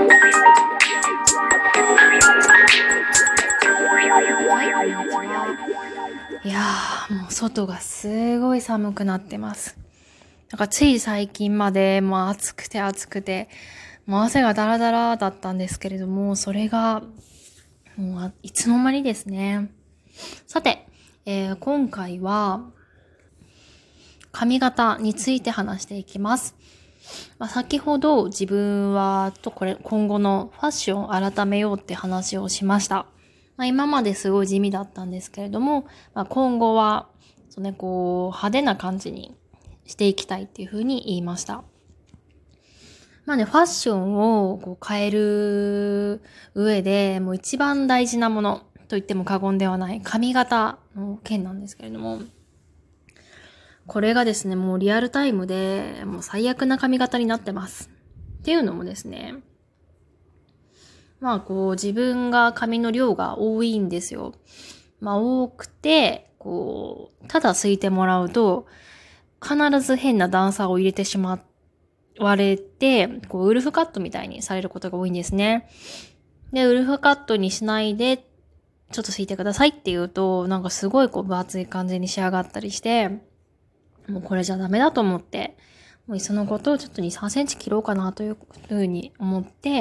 いやー、もう外がすごい寒くなってます。なんかつい最近までもう暑くて、もう汗がダラダラだったんですけれども、それがもういつの間にですね。さて、今回は髪型について話していきます。先ほど自分は今後のファッションを改めようって話をしました。今まですごい地味だったんですけれども、今後は派手な感じにしていきたいっていうふうに言いました。ファッションを変える上でもう一番大事なものと言っても過言ではない髪型の件なんですけれども、これがですね、もうリアルタイムでもう最悪な髪型になってます。っていうのもですね、自分が髪の量が多いんですよ。多くて、ただすいてもらうと、必ず変な段差を入れてしまわれて、ウルフカットみたいにされることが多いんですね。で、ウルフカットにしないで、ちょっとすいてくださいって言うと、なんかすごい分厚い感じに仕上がったりして、もうこれじゃダメだと思って、もういっそのことをちょっと2、3センチ切ろうかなというふうに思って、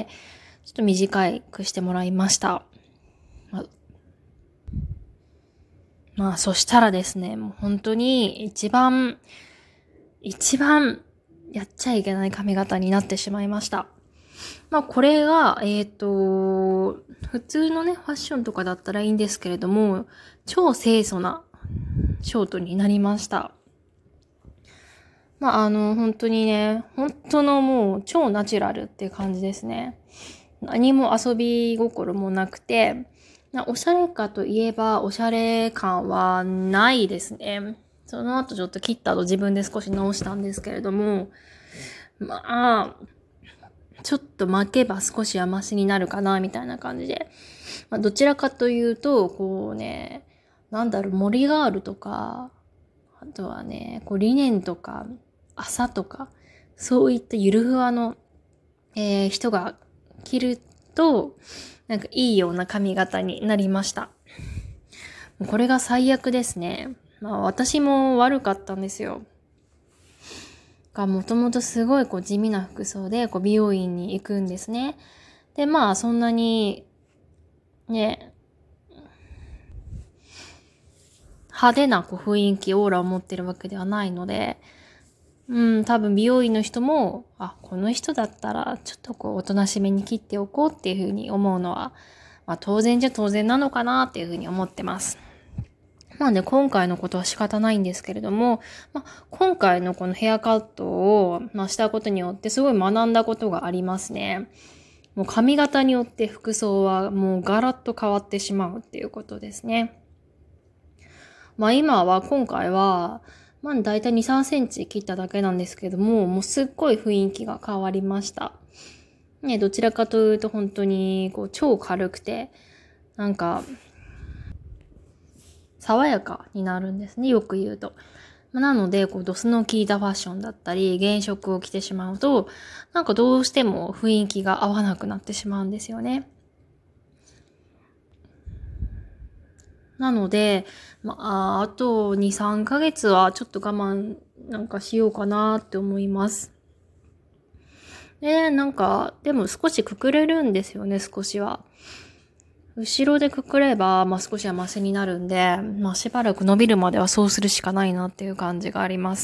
ちょっと短くしてもらいました。そしたらですね、もう本当に一番やっちゃいけない髪型になってしまいました。これが、普通のね、ファッションとかだったらいいんですけれども、超清楚なショートになりました。本当にね、本当のもう超ナチュラルっていう感じですね。何も遊び心もなくて、おしゃれかといえばおしゃれ感はないですね。その後ちょっと切った後自分で少し直したんですけれども、ちょっと巻けば少しはマシになるかなみたいな感じで。どちらかというと、森ガールとか、あとはね、リネンとか、麻とか、そういったゆるふわの、人が着ると、なんかいいような髪型になりました。これが最悪ですね。私も悪かったんですよ。もともとすごい地味な服装で美容院に行くんですね。で、そんなに、ね、派手な雰囲気、オーラを持ってるわけではないので、多分美容院の人も、この人だったら、ちょっとおとなしめに切っておこうっていうふうに思うのは、当然なのかなっていうふうに思ってます。今回のことは仕方ないんですけれども、今回のこのヘアカットを、したことによってすごい学んだことがありますね。もう髪型によって服装はもうガラッと変わってしまうっていうことですね。今回は、だいたい2、3センチ切っただけなんですけども、もうすっごい雰囲気が変わりました。ね、どちらかというと本当に超軽くて、なんか、爽やかになるんですね、よく言うと。なので、ドスの効いたファッションだったり、原色を着てしまうと、なんかどうしても雰囲気が合わなくなってしまうんですよね。なので、あと2、3ヶ月はちょっと我慢なんかしようかなって思います。でも少しくくれるんですよね、少しは。後ろでくくれば、少しはマシになるんで、しばらく伸びるまではそうするしかないなっていう感じがあります。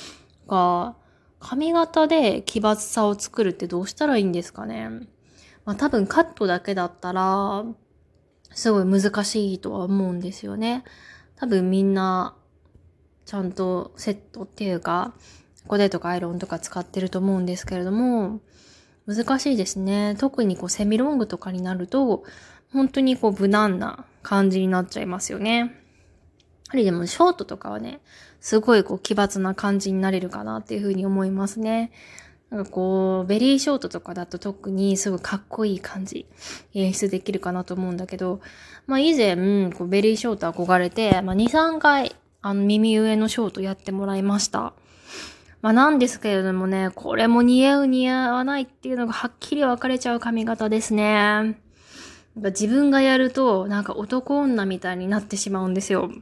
髪型で奇抜さを作るってどうしたらいいんですかね。多分カットだけだったら、すごい難しいとは思うんですよね。多分みんな、ちゃんとセットっていうか、コテとかアイロンとか使ってると思うんですけれども、難しいですね。特にセミロングとかになると、本当に無難な感じになっちゃいますよね。やはりでもショートとかはね、すごい奇抜な感じになれるかなっていうふうに思いますね。ベリーショートとかだと特にすごいかっこいい感じ演出できるかなと思うんだけど、以前、ベリーショート憧れて、2、3回、耳上のショートやってもらいました。 なんですけれどもね、これも似合う似合わないっていうのがはっきり分かれちゃう髪型ですね。自分がやると、男女みたいになってしまうんですよ。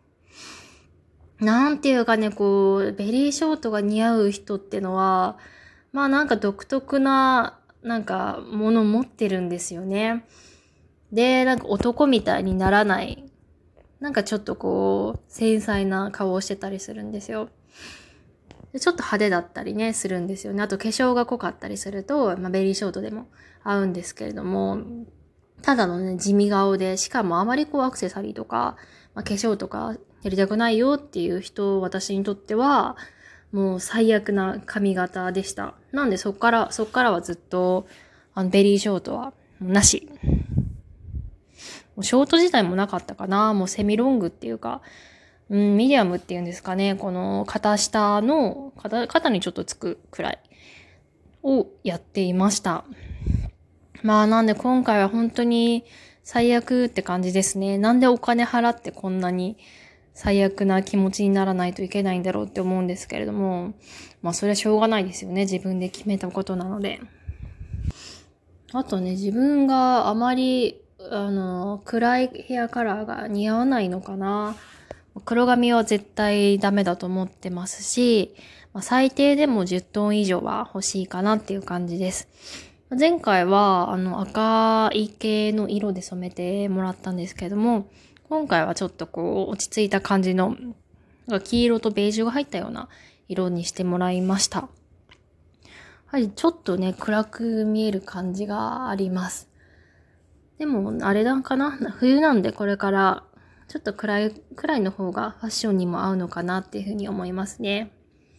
なんていうかね、ベリーショートが似合う人ってのは、独特な、ものを持ってるんですよね。で、男みたいにならない。ちょっと繊細な顔をしてたりするんですよ。でちょっと派手だったりね、するんですよね。あと化粧が濃かったりすると、ベリーショートでも合うんですけれども、ただのね、地味顔で、しかもあまりアクセサリーとか、化粧とかやりたくないよっていう人、私にとっては、もう最悪な髪型でした。なんでそっからはずっと、ベリーショートはなし。もうショート自体もなかったかな。もうセミロングっていうか、ミディアムっていうんですかね。この肩下の、肩にちょっとつくくらいをやっていました。なんで今回は本当に最悪って感じですね。なんでお金払ってこんなに最悪な気持ちにならないといけないんだろうって思うんですけれども、それはしょうがないですよね。自分で決めたことなので。あとね、自分があまり、暗いヘアカラーが似合わないのかな。黒髪は絶対ダメだと思ってますし、最低でも10トン以上は欲しいかなっていう感じです。前回は、赤い系の色で染めてもらったんですけれども、今回はちょっと落ち着いた感じの、黄色とベージュが入ったような色にしてもらいました。はい、ちょっとね、暗く見える感じがあります。でも、あれだかな冬なんでこれから、ちょっと暗いの方がファッションにも合うのかなっていうふうに思いますね。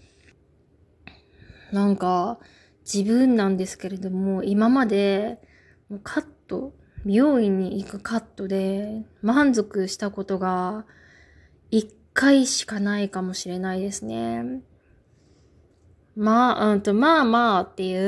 自分なんですけれども、今まで、美容院に行くカットで満足したことが一回しかないかもしれないですね。っていう、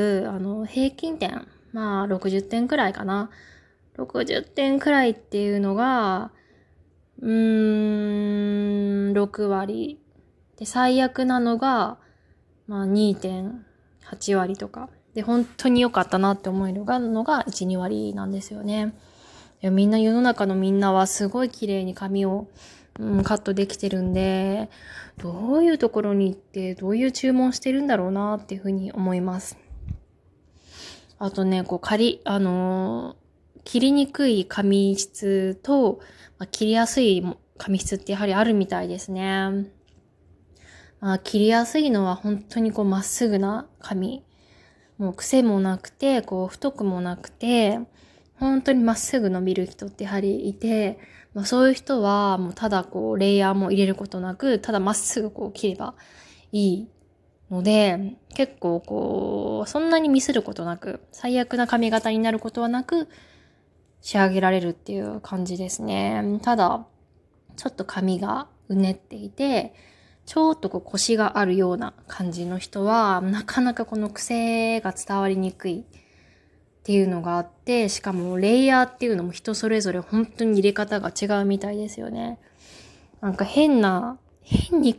平均点、60点くらいかな。60点くらいっていうのが、6割。で、最悪なのが、2.8 割とか。で、本当に良かったなって思えるのが1、2割なんですよね。みんな世の中のみんなはすごい綺麗に髪を、カットできてるんで、どういうところに行ってどういう注文してるんだろうなっていうふうに思います。あとね、切りにくい髪質と、切りやすい髪質ってやはりあるみたいですね。切りやすいのは本当にまっすぐな髪。もう癖もなくて、太くもなくて、本当にまっすぐ伸びる人ってやはりいて、そういう人はもうただレイヤーも入れることなく、ただまっすぐ切ればいいので、結構そんなにミスることなく、最悪な髪型になることはなく、仕上げられるっていう感じですね。ただ、ちょっと髪がうねっていて、ちょっと腰があるような感じの人は、なかなかこの癖が伝わりにくいっていうのがあって、しかもレイヤーっていうのも人それぞれ本当に入れ方が違うみたいですよね。変に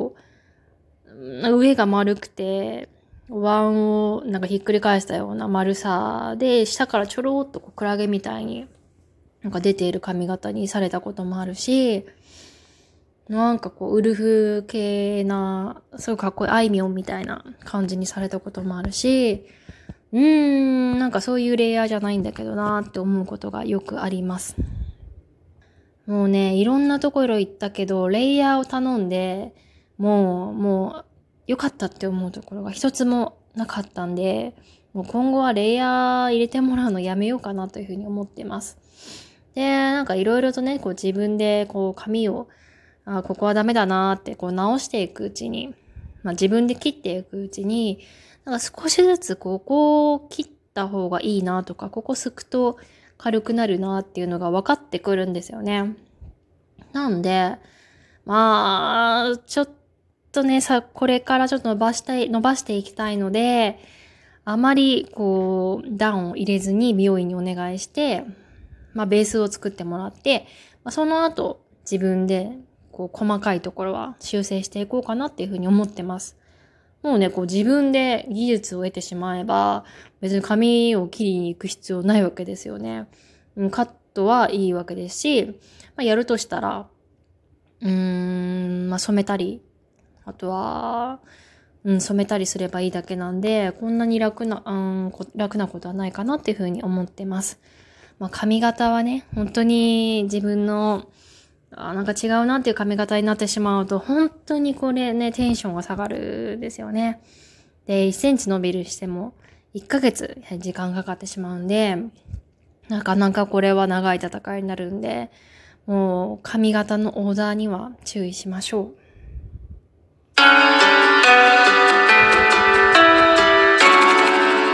上が丸くて、お椀をひっくり返したような丸さで、下からちょろっとクラゲみたいに出ている髪型にされたこともあるし、ウルフ系な、すごいかっこいいあいみょんみたいな感じにされたこともあるし、そういうレイヤーじゃないんだけどなって思うことがよくあります。もうね、いろんなところ行ったけど、レイヤーを頼んで、もう、良かったって思うところが一つもなかったんで、もう今後はレイヤー入れてもらうのやめようかなというふうに思ってます。で、いろいろとね、自分で髪を、ここはダメだなーって直していくうちに、自分で切っていくうちに、少しずつここを切った方がいいなとか、ここすくと軽くなるなっていうのが分かってくるんですよね。なんで、ちょっとね、これからちょっと伸ばしていきたいので、あまり段を入れずに美容院にお願いして、ベースを作ってもらって、その後自分で細かいところは修正していこうかなっていうふうに思ってます。 もうね、こう自分で技術を得てしまえば、別に髪を切りに行く必要ないわけですよね。カットはいいわけですし、やるとしたら、染めたり、あとは、染めたりすればいいだけなんで、こんなに楽なことはないかなっていうふうに思ってます。髪型はね、本当に自分の、なんか違うなっていう髪型になってしまうと、本当にこれね、テンションが下がるんですよね。で、1センチ伸びるしても、1ヶ月時間かかってしまうんで、なかなかこれは長い戦いになるんで、もう髪型のオーダーには注意しましょう。